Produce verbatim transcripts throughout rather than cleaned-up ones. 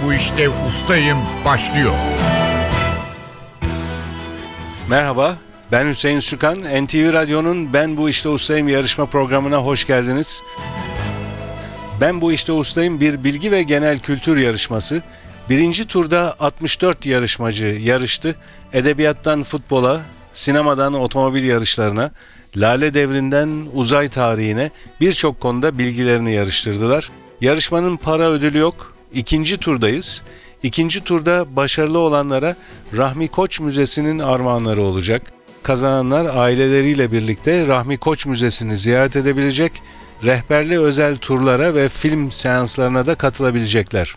bu işte ustayım başlıyor. Merhaba, ben Hüseyin Sükan. N T V Radyo'nun Ben Bu İşte Ustayım yarışma programına hoş geldiniz. Ben Bu İşte Ustayım bir bilgi ve genel kültür yarışması. Birinci turda altmış dört yarışmacı yarıştı. Edebiyattan futbola, sinemadan otomobil yarışlarına, Lale Devri'nden uzay tarihine birçok konuda bilgilerini yarıştırdılar. Yarışmanın para ödülü yok. İkinci turdayız. İkinci turda başarılı olanlara Rahmi Koç Müzesi'nin armağanları olacak. Kazananlar aileleriyle birlikte Rahmi Koç Müzesi'ni ziyaret edebilecek, rehberli özel turlara ve film seanslarına da katılabilecekler.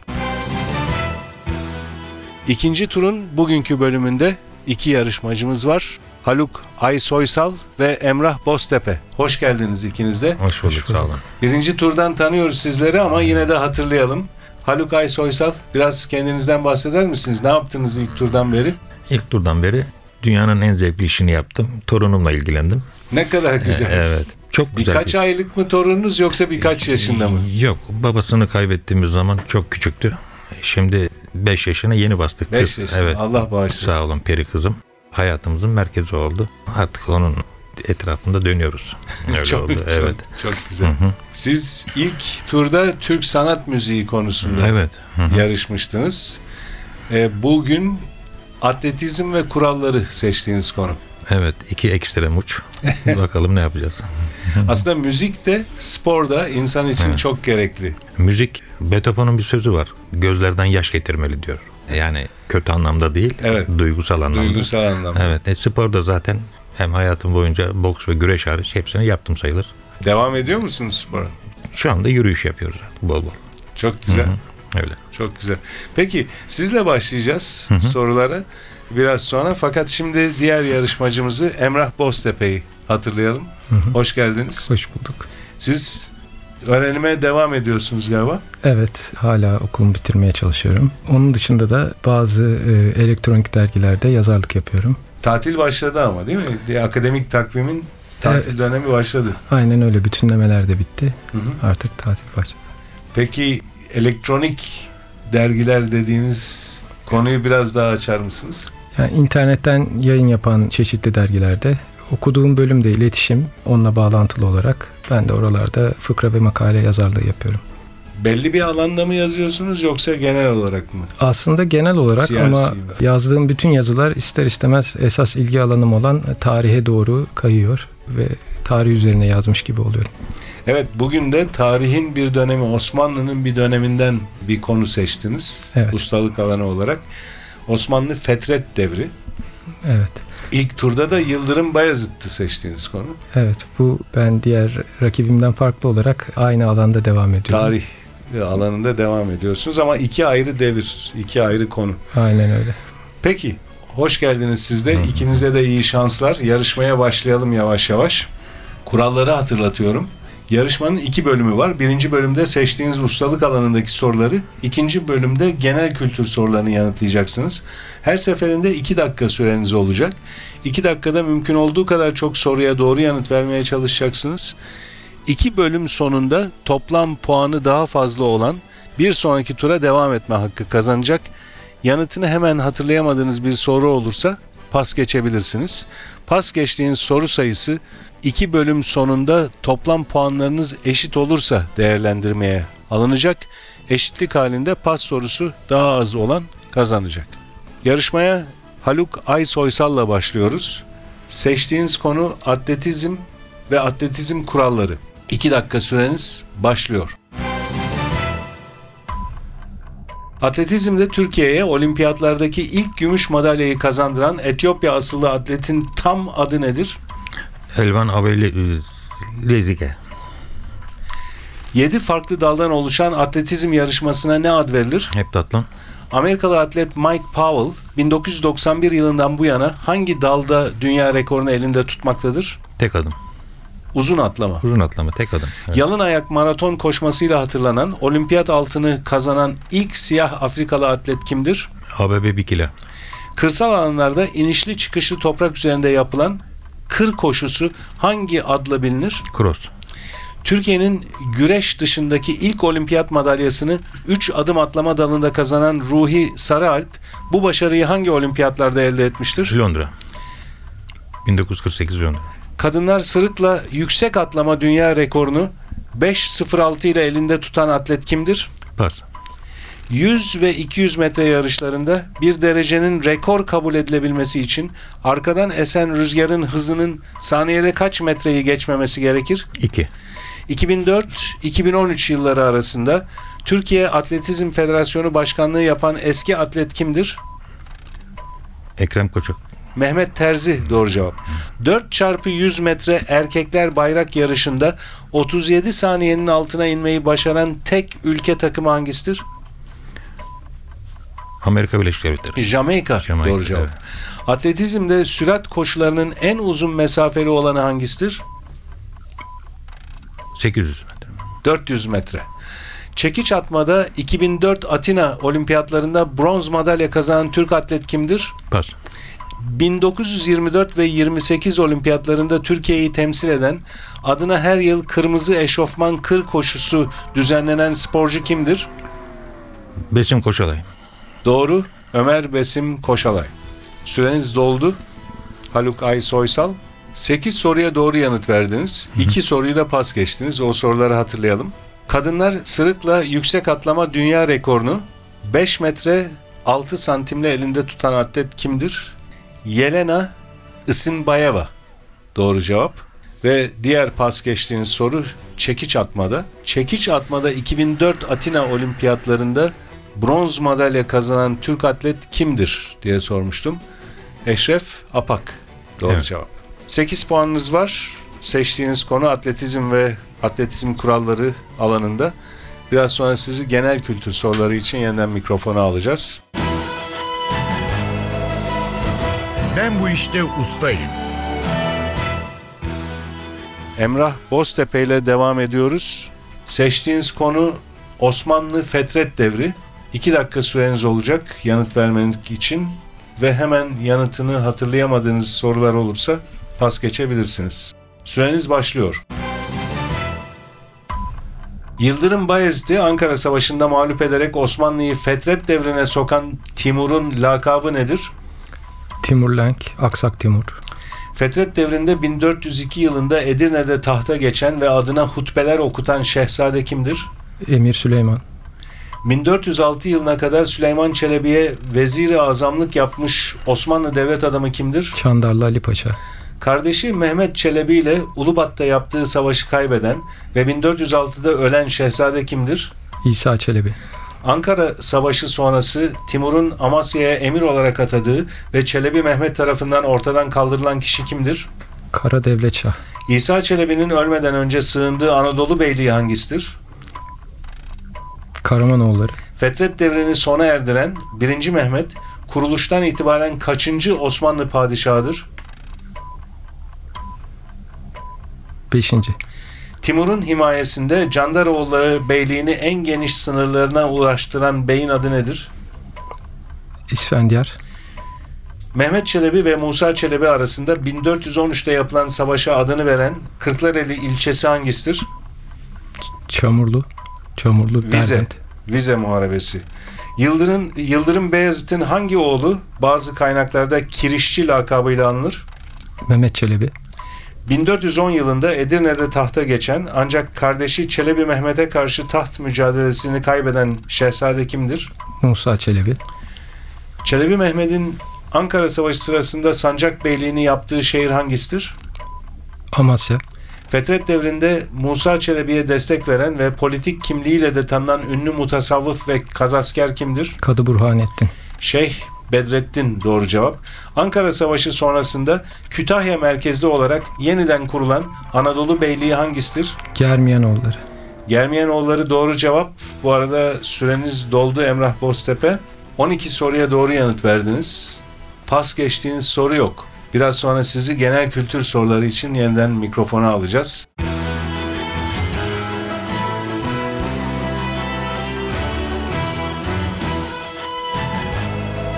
İkinci turun bugünkü bölümünde iki yarışmacımız var. Haluk Aysoysal ve Emrah Boztepe. Hoş geldiniz ikiniz de. Hoş bulduk, sağ olun. Birinci turdan tanıyoruz sizleri ama yine de hatırlayalım. Haluk Aysoysal, biraz kendinizden bahseder misiniz? Ne yaptınız ilk turdan beri? İlk turdan beri dünyanın en zevkli işini yaptım. Torunumla ilgilendim. Ne kadar güzel. Ee, evet. Çok güzel. Birkaç bir... aylık mı torununuz yoksa birkaç yaşında mı? Yok. Babasını kaybettiğimiz zaman çok küçüktü. Şimdi beş yaşına yeni bastık. beş yaşına. Evet. Allah bağışlasın. Sağ olun peri kızım. Hayatımızın merkezi oldu. Artık onun etrafında dönüyoruz. Öyle çok, oldu. Çok, evet. Çok güzel. Hı hı. Siz ilk turda Türk sanat müziği konusunda evet. Hı hı. yarışmıştınız. Ee, bugün atletizm ve kuralları seçtiğiniz konu. Evet. iki ekstrem uç. Bakalım ne yapacağız. Aslında müzik de spor da insan için evet. çok gerekli. Müzik, Beethoven'un bir sözü var. Gözlerden yaş getirmeli diyor. Yani kötü anlamda değil, evet. duygusal anlamda. Duygusal anlamda. Evet. E, sporda zaten hem hayatım boyunca boks ve güreş hariç hepsini yaptım sayılır. Devam ediyor musunuz spora? Şu anda yürüyüş yapıyoruz artık bol bol. Çok güzel. Hı-hı. Öyle. Çok güzel. Peki sizle başlayacağız Hı-hı. sorulara biraz sonra. Fakat şimdi diğer yarışmacımızı Emrah Boztepe'yi hatırlayalım. Hı-hı. Hoş geldiniz. Hoş bulduk. Siz öğrenime devam ediyorsunuz galiba. Evet, hala okulumu bitirmeye çalışıyorum. Onun dışında da bazı e, elektronik dergilerde yazarlık yapıyorum. Tatil başladı ama değil mi? Akademik takvimin tatil evet. dönemi başladı. Aynen öyle. Bütünlemeler de bitti. Hı hı. Artık tatil başladı. Peki elektronik dergiler dediğiniz konuyu biraz daha açar mısınız? Yani internetten yayın yapan çeşitli dergilerde okuduğum bölümde iletişim, onunla bağlantılı olarak ben de oralarda fıkra ve makale yazarlığı yapıyorum. Belli bir alanda mı yazıyorsunuz yoksa genel olarak mı? Aslında genel olarak Siyasi ama mi? Yazdığım bütün yazılar ister istemez esas ilgi alanım olan tarihe doğru kayıyor ve tarih üzerine yazmış gibi oluyorum. Evet, bugün de tarihin bir dönemi, Osmanlı'nın bir döneminden bir konu seçtiniz. Evet. Ustalık alanı olarak. Osmanlı Fetret Devri. Evet. İlk turda da Yıldırım Bayezid'i seçtiğiniz konu. Evet, bu ben diğer rakibimden farklı olarak aynı alanda devam ediyorum. Tarih alanında devam ediyorsunuz ama iki ayrı devir, iki ayrı konu. Aynen öyle. Peki, hoş geldiniz siz de. İkinize de iyi şanslar. Yarışmaya başlayalım yavaş yavaş. Kuralları hatırlatıyorum. Yarışmanın iki bölümü var. Birinci bölümde seçtiğiniz ustalık alanındaki soruları, ikinci bölümde genel kültür sorularını yanıtlayacaksınız. Her seferinde iki dakika süreniz olacak. İki dakikada mümkün olduğu kadar çok soruya doğru yanıt vermeye çalışacaksınız. İki bölüm sonunda toplam puanı daha fazla olan bir sonraki tura devam etme hakkı kazanacak. Yanıtını hemen hatırlayamadığınız bir soru olursa pas geçebilirsiniz. Pas geçtiğiniz soru sayısı iki bölüm sonunda toplam puanlarınız eşit olursa değerlendirmeye alınacak. Eşitlik halinde pas sorusu daha az olan kazanacak. Yarışmaya Haluk Aysoysal'la başlıyoruz. Seçtiğiniz konu atletizm ve atletizm kuralları. İki dakika süreniz başlıyor. Atletizmde Türkiye'ye olimpiyatlardaki ilk gümüş madalyayı kazandıran Etiyopya asıllı atletin tam adı nedir? Elvan Abeli Lezike. Yedi farklı daldan oluşan atletizm yarışmasına ne ad verilir? Heptathlon. Amerikalı atlet Mike Powell bin dokuz yüz doksan bir yılından bu yana hangi dalda dünya rekorunu elinde tutmaktadır? Tek adım. Uzun atlama. Uzun atlama, tek adım. Evet. Yalın ayak maraton koşmasıyla hatırlanan, olimpiyat altını kazanan ilk siyah Afrikalı atlet kimdir? A B B Bikila. Kırsal alanlarda inişli çıkışlı toprak üzerinde yapılan kır koşusu hangi adla bilinir? Cross. Türkiye'nin güreş dışındaki ilk olimpiyat madalyasını üç adım atlama dalında kazanan Ruhi Sarıalp bu başarıyı hangi olimpiyatlarda elde etmiştir? Londra. bin dokuz yüz kırk sekiz Londra. Kadınlar sırıkla yüksek atlama dünya rekorunu beş sıfır altı ile elinde tutan atlet kimdir? Pas. yüz ve iki yüz metre yarışlarında bir derecenin rekor kabul edilebilmesi için arkadan esen rüzgarın hızının saniyede kaç metreyi geçmemesi gerekir? iki. iki bin dört iki bin on üç yılları arasında Türkiye Atletizm Federasyonu Başkanlığı yapan eski atlet kimdir? Ekrem Koçak. Mehmet Terzi doğru cevap. dört çarpı yüz metre erkekler bayrak yarışında otuz yedi saniyenin altına inmeyi başaran tek ülke takımı hangisidir? Amerika Birleşik Devletleri. Jamaika, Jamaika, doğru cevap. evet. Atletizmde sürat koşularının en uzun mesafeli olanı hangisidir? sekiz yüz metre. dört yüz metre. Çekiç atmada iki bin dört Atina Olimpiyatlarında bronz madalya kazanan Türk atlet kimdir? Pas. bin dokuz yüz yirmi dört ve yirmi sekiz Olimpiyatlarında Türkiye'yi temsil eden, adına her yıl kırmızı eşofman kır koşusu düzenlenen sporcu kimdir? Besim Koşalay. Doğru, Ömer Besim Koşalay. Süreniz doldu. Haluk Ay Soysal. sekiz soruya doğru yanıt verdiniz. iki soruyu da pas geçtiniz. O soruları hatırlayalım. Kadınlar sırıkla yüksek atlama dünya rekorunu beş metre altı santimle elinde tutan atlet kimdir? Yelena Isinbayeva. Doğru cevap. Ve diğer pas geçtiğiniz soru çekiç atmada. Çekiç atmada iki bin dört Atina Olimpiyatlarında bronz madalya kazanan Türk atlet kimdir diye sormuştum. Eşref Apak. Doğru Evet. cevap. sekiz puanınız var. Seçtiğiniz konu atletizm ve atletizm kuralları alanında. Biraz sonra sizi genel kültür soruları için yeniden mikrofona alacağız. Ben bu işte ustayım. Emrah Boztepe ile devam ediyoruz. Seçtiğiniz konu Osmanlı Fetret Devri. iki dakika süreniz olacak yanıt vermeniz için ve hemen yanıtını hatırlayamadığınız sorular olursa pas geçebilirsiniz. Süreniz başlıyor. Yıldırım Bayezid'i Ankara Savaşı'nda mağlup ederek Osmanlı'yı Fetret Devri'ne sokan Timur'un lakabı nedir? Timur Lenk, Aksak Timur. Fetret Devri'nde bin dört yüz iki yılında Edirne'de tahta geçen ve adına hutbeler okutan şehzade kimdir? Emir Süleyman. bin dört yüz altı yılına kadar Süleyman Çelebi'ye vezir-i azamlık yapmış Osmanlı devlet adamı kimdir? Çandarlı Ali Paşa. Kardeşi Mehmet Çelebi ile Ulubat'ta yaptığı savaşı kaybeden ve bin dört yüz altıda ölen şehzade kimdir? İsa Çelebi. Ankara Savaşı sonrası Timur'un Amasya'ya emir olarak atadığı ve Çelebi Mehmet tarafından ortadan kaldırılan kişi kimdir? Kara Devlet Şah. İsa Çelebi'nin ölmeden önce sığındığı Anadolu Beyliği hangisidir? Karamanoğulları. Fetret devrini sona erdiren birinci Mehmet kuruluştan itibaren kaçıncı Osmanlı padişahıdır? Beşinci. Timur'un himayesinde Candaroğulları Beyliğini en geniş sınırlarına ulaştıran beyin adı nedir? İsfendiyar. Mehmet Çelebi ve Musa Çelebi arasında bin dört yüz on üçte yapılan savaşa adını veren Kırklareli ilçesi hangisidir? Çamurlu. Çamurlu. Vize. Derbent. Vize Muharebesi. Yıldırım, Yıldırım Beyazıt'ın hangi oğlu bazı kaynaklarda Kirişçi lakabıyla anılır? Mehmet Çelebi. bin dört yüz on yılında Edirne'de tahta geçen ancak kardeşi Çelebi Mehmet'e karşı taht mücadelesini kaybeden şehzade kimdir? Musa Çelebi. Çelebi Mehmet'in Ankara Savaşı sırasında sancak beyliğini yaptığı şehir hangisidir? Amasya. Fetret devrinde Musa Çelebi'ye destek veren ve politik kimliğiyle de tanınan ünlü mutasavvıf ve kazasker kimdir? Kadı Burhanettin. Şeyh Bedrettin doğru cevap. Ankara Savaşı sonrasında Kütahya merkezli olarak yeniden kurulan Anadolu Beyliği hangisidir? Germiyanoğulları. Germiyanoğulları doğru cevap. Bu arada süreniz doldu Emrah Boztepe. on iki soruya doğru yanıt verdiniz. Pas geçtiğiniz soru yok. Biraz sonra sizi genel kültür soruları için yeniden mikrofona alacağız.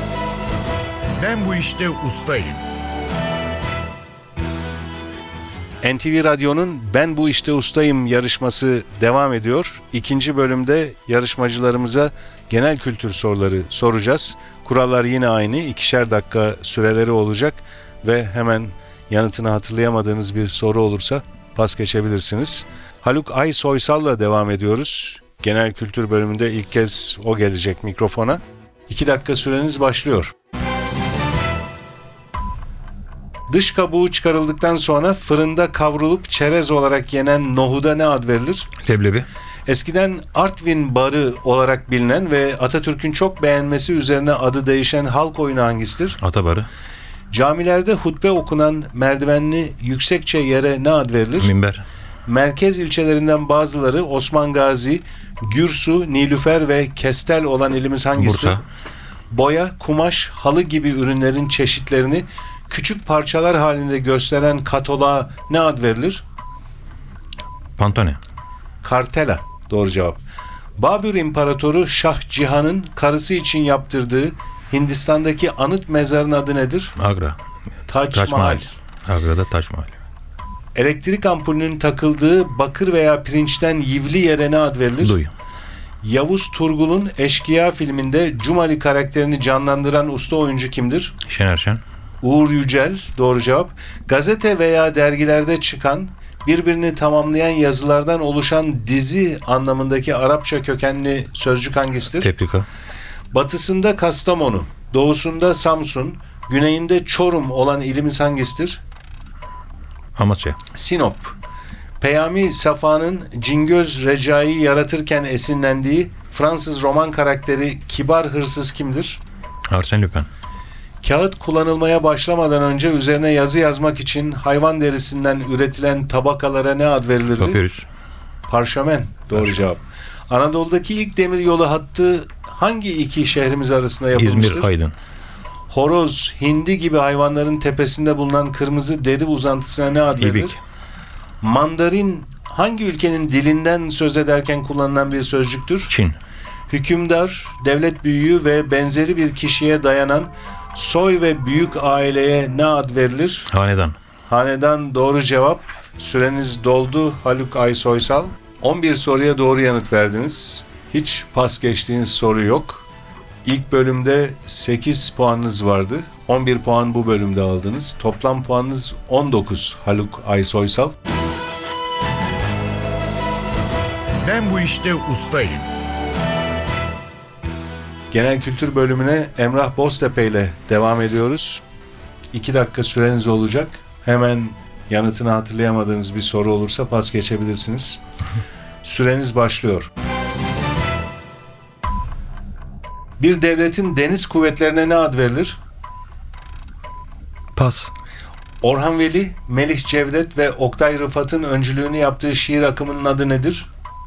Ben bu işte ustayım. N T V Radyo'nun Ben Bu İşte Ustayım yarışması devam ediyor. İkinci bölümde yarışmacılarımıza genel kültür soruları soracağız. Kurallar yine aynı. İkişer dakika süreleri olacak ve hemen yanıtını hatırlayamadığınız bir soru olursa pas geçebilirsiniz. Haluk Ay Soysal'la devam ediyoruz. Genel kültür bölümünde ilk kez o gelecek mikrofona. İki dakika süreniz başlıyor. Dış kabuğu çıkarıldıktan sonra fırında kavrulup çerez olarak yenen nohuda ne ad verilir? Leblebi. Eskiden Artvin barı olarak bilinen ve Atatürk'ün çok beğenmesi üzerine adı değişen halk oyunu hangisidir? Atabarı. Camilerde hutbe okunan merdivenli yüksekçe yere ne ad verilir? Minber. Merkez ilçelerinden bazıları Osman Gazi, Gürsu, Nilüfer ve Kestel olan ilimiz hangisidir? Bursa. Boya, kumaş, halı gibi ürünlerin çeşitlerini küçük parçalar halinde gösteren kataloğa ne ad verilir? Pantone. Kartela. Doğru cevap. Babür İmparatoru Şah Cihan'ın karısı için yaptırdığı Hindistan'daki anıt mezarın adı nedir? Agra. Taç, Taç Mahal. Mahal. Agra'da Taç Mahal. Elektrik ampulünün takıldığı bakır veya pirinçten yivli yere ne ad verilir? Duy. Yavuz Turgul'un Eşkıya filminde Cumali karakterini canlandıran usta oyuncu kimdir? Şener Şen. Uğur Yücel. Doğru cevap. Gazete veya dergilerde çıkan birbirini tamamlayan yazılardan oluşan dizi anlamındaki Arapça kökenli sözcük hangisidir? Tebrika. Batısında Kastamonu, doğusunda Samsun, güneyinde Çorum olan ilimiz hangisidir? Amasya. Sinop. Peyami Safa'nın Cingöz Recai'yi yaratırken esinlendiği Fransız roman karakteri kibar hırsız kimdir? Arsène Lupin. Kağıt kullanılmaya başlamadan önce üzerine yazı yazmak için hayvan derisinden üretilen tabakalara ne ad verilirdi? Papyrus. Parşömen. Doğru cevap. Anadolu'daki ilk demiryolu hattı hangi iki şehrimiz arasında yapılmıştır? İzmir, Aydın. Horoz, hindi gibi hayvanların tepesinde bulunan kırmızı deri uzantısına ne ad verilir? İbik. Mandarin hangi ülkenin dilinden söz ederken kullanılan bir sözcüktür? Çin. Hükümdar, devlet büyüğü ve benzeri bir kişiye dayanan soy ve büyük aileye ne ad verilir? Hanedan. Hanedan. Doğru cevap. Süreniz doldu Haluk Ay Soysal. on bir soruya doğru yanıt verdiniz. Hiç pas geçtiğiniz soru yok. İlk bölümde sekiz puanınız vardı. on bir puan bu bölümde aldınız. Toplam puanınız on dokuz Haluk Ay Soysal. Ben bu işte ustayım. Genel kültür bölümüne Emrah Boztepe ile devam ediyoruz. iki dakika süreniz olacak. Hemen yanıtını hatırlayamadığınız bir soru olursa pas geçebilirsiniz. Süreniz başlıyor. Bir devletin deniz kuvvetlerine ne ad verilir? Pas. Orhan Veli, Melih Cevdet ve Oktay Rıfat'ın öncülüğünü yaptığı şiir akımının adı nedir?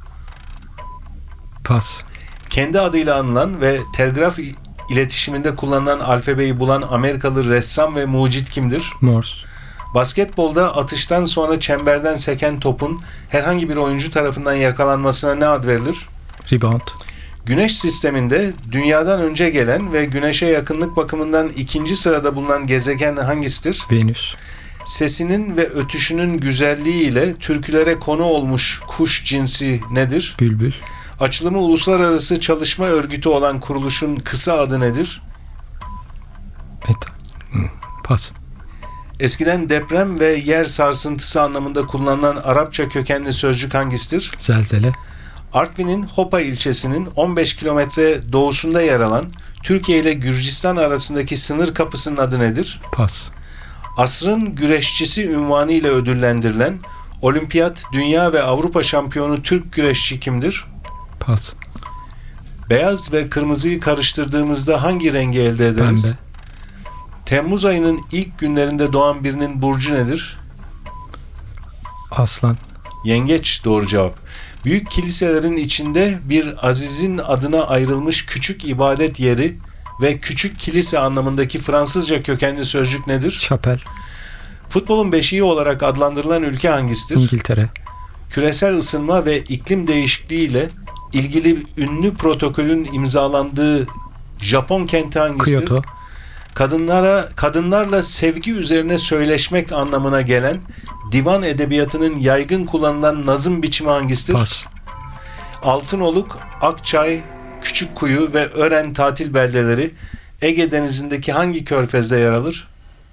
Pas. Kendi adıyla anılan ve telgraf iletişiminde kullanılan alfabeyi bulan Amerikalı ressam ve mucit kimdir? Morse. Basketbolda atıştan sonra çemberden seken topun herhangi bir oyuncu tarafından yakalanmasına ne ad verilir? Rebound. Güneş sisteminde dünyadan önce gelen ve güneşe yakınlık bakımından ikinci sırada bulunan gezegen hangisidir? Venüs. Sesinin ve ötüşünün güzelliğiyle türkülere konu olmuş kuş cinsi nedir? Bülbül. Açılımı uluslararası çalışma örgütü olan kuruluşun kısa adı nedir? Eta. Hmm. Pas. Eskiden deprem ve yer sarsıntısı anlamında kullanılan Arapça kökenli sözcük hangisidir? Zelzele. Artvin'in Hopa ilçesinin on beş kilometre doğusunda yer alan Türkiye ile Gürcistan arasındaki sınır kapısının adı nedir? Pas. Asrın güreşçisi unvanı ile ödüllendirilen Olimpiyat, Dünya ve Avrupa şampiyonu Türk güreşçi kimdir? Pas. Beyaz ve kırmızıyı karıştırdığımızda hangi rengi elde ederiz? Pembe. Temmuz ayının ilk günlerinde doğan birinin burcu nedir? Aslan. Yengeç. Doğru cevap. Büyük kiliselerin içinde bir azizin adına ayrılmış küçük ibadet yeri ve küçük kilise anlamındaki Fransızca kökenli sözcük nedir? Şapel. Futbolun beşiği olarak adlandırılan ülke hangisidir? İngiltere. Küresel ısınma ve iklim değişikliği ile ilgili ünlü protokolün imzalandığı Japon kenti hangisidir? Kyoto. Kadınlara kadınlarla sevgi üzerine söyleşmek anlamına gelen Divan edebiyatının yaygın kullanılan nazım biçimi hangisidir? Pas. Altınoluk, Akçay, Küçükkuyu ve Ören tatil beldeleri Ege Denizi'ndeki hangi körfezde yer alır?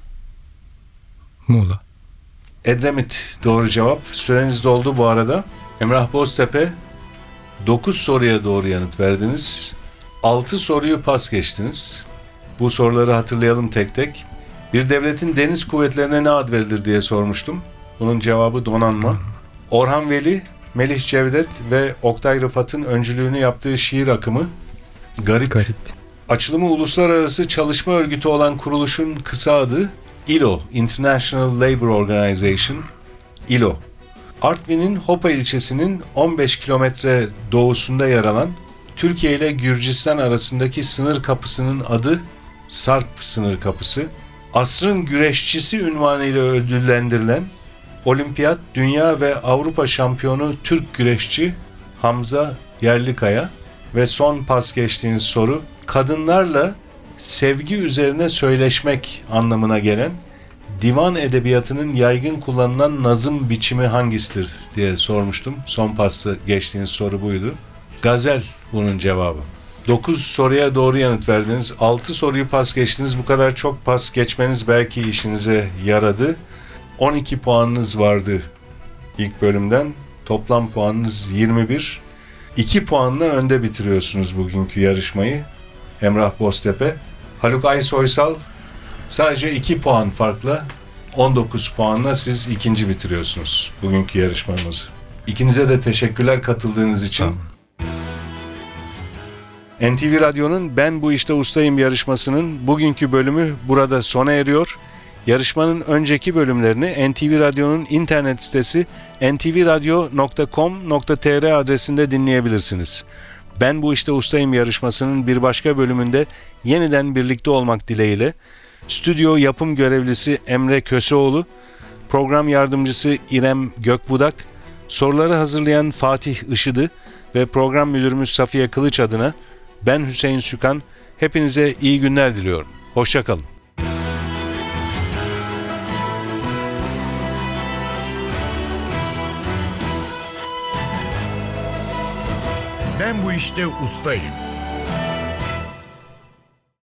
Muğla. Edremit doğru cevap. Süreniz doldu bu arada. Emrah Boztepe, dokuz soruya doğru yanıt verdiniz. altı soruyu pas geçtiniz. Bu soruları hatırlayalım tek tek. Bir devletin deniz kuvvetlerine ne ad verilir diye sormuştum. Bunun cevabı donanma. Orhan Veli, Melih Cevdet ve Oktay Rıfat'ın öncülüğünü yaptığı şiir akımı Garip. Garip. Açılımı uluslararası çalışma örgütü olan kuruluşun kısa adı I L O, International Labour Organization, I L O. Artvin'in Hopa ilçesinin on beş kilometre doğusunda yer alan Türkiye ile Gürcistan arasındaki sınır kapısının adı Sarp Sınır Kapısı. Asrın güreşçisi unvanıyla ödüllendirilen Olimpiyat, Dünya ve Avrupa şampiyonu Türk güreşçi Hamza Yerlikaya ve son pas geçtiğiniz soru, kadınlarla sevgi üzerine söyleşmek anlamına gelen divan edebiyatının yaygın kullanılan nazım biçimi hangisidir diye sormuştum. Son pasta geçtiğiniz soru buydu. Gazel bunun cevabı. dokuz soruya doğru yanıt verdiniz. altı soruyu pas geçtiniz. Bu kadar çok pas geçmeniz belki işinize yaradı. on iki puanınız vardı ilk bölümden. Toplam puanınız yirmi bir. iki puanla önde bitiriyorsunuz bugünkü yarışmayı. Emrah Boztepe. Haluk Aysoysal sadece iki puan farkla on dokuz puanla siz ikinci bitiriyorsunuz bugünkü yarışmamızı. İkinize de teşekkürler katıldığınız için. Tamam. N T V Radyo'nun Ben Bu İşte Ustayım yarışmasının bugünkü bölümü burada sona eriyor. Yarışmanın önceki bölümlerini N T V Radyo'nun internet sitesi en ti vi radyo nokta com nokta t r adresinde dinleyebilirsiniz. Ben Bu İşte Ustayım yarışmasının bir başka bölümünde yeniden birlikte olmak dileğiyle stüdyo yapım görevlisi Emre Köseoğlu, program yardımcısı İrem Gökbudak, soruları hazırlayan Fatih Işıdı ve program müdürümüz Safiye Kılıç adına ben Hüseyin Sükan, hepinize iyi günler diliyorum. Hoşça kalın. Ben bu işte ustayım.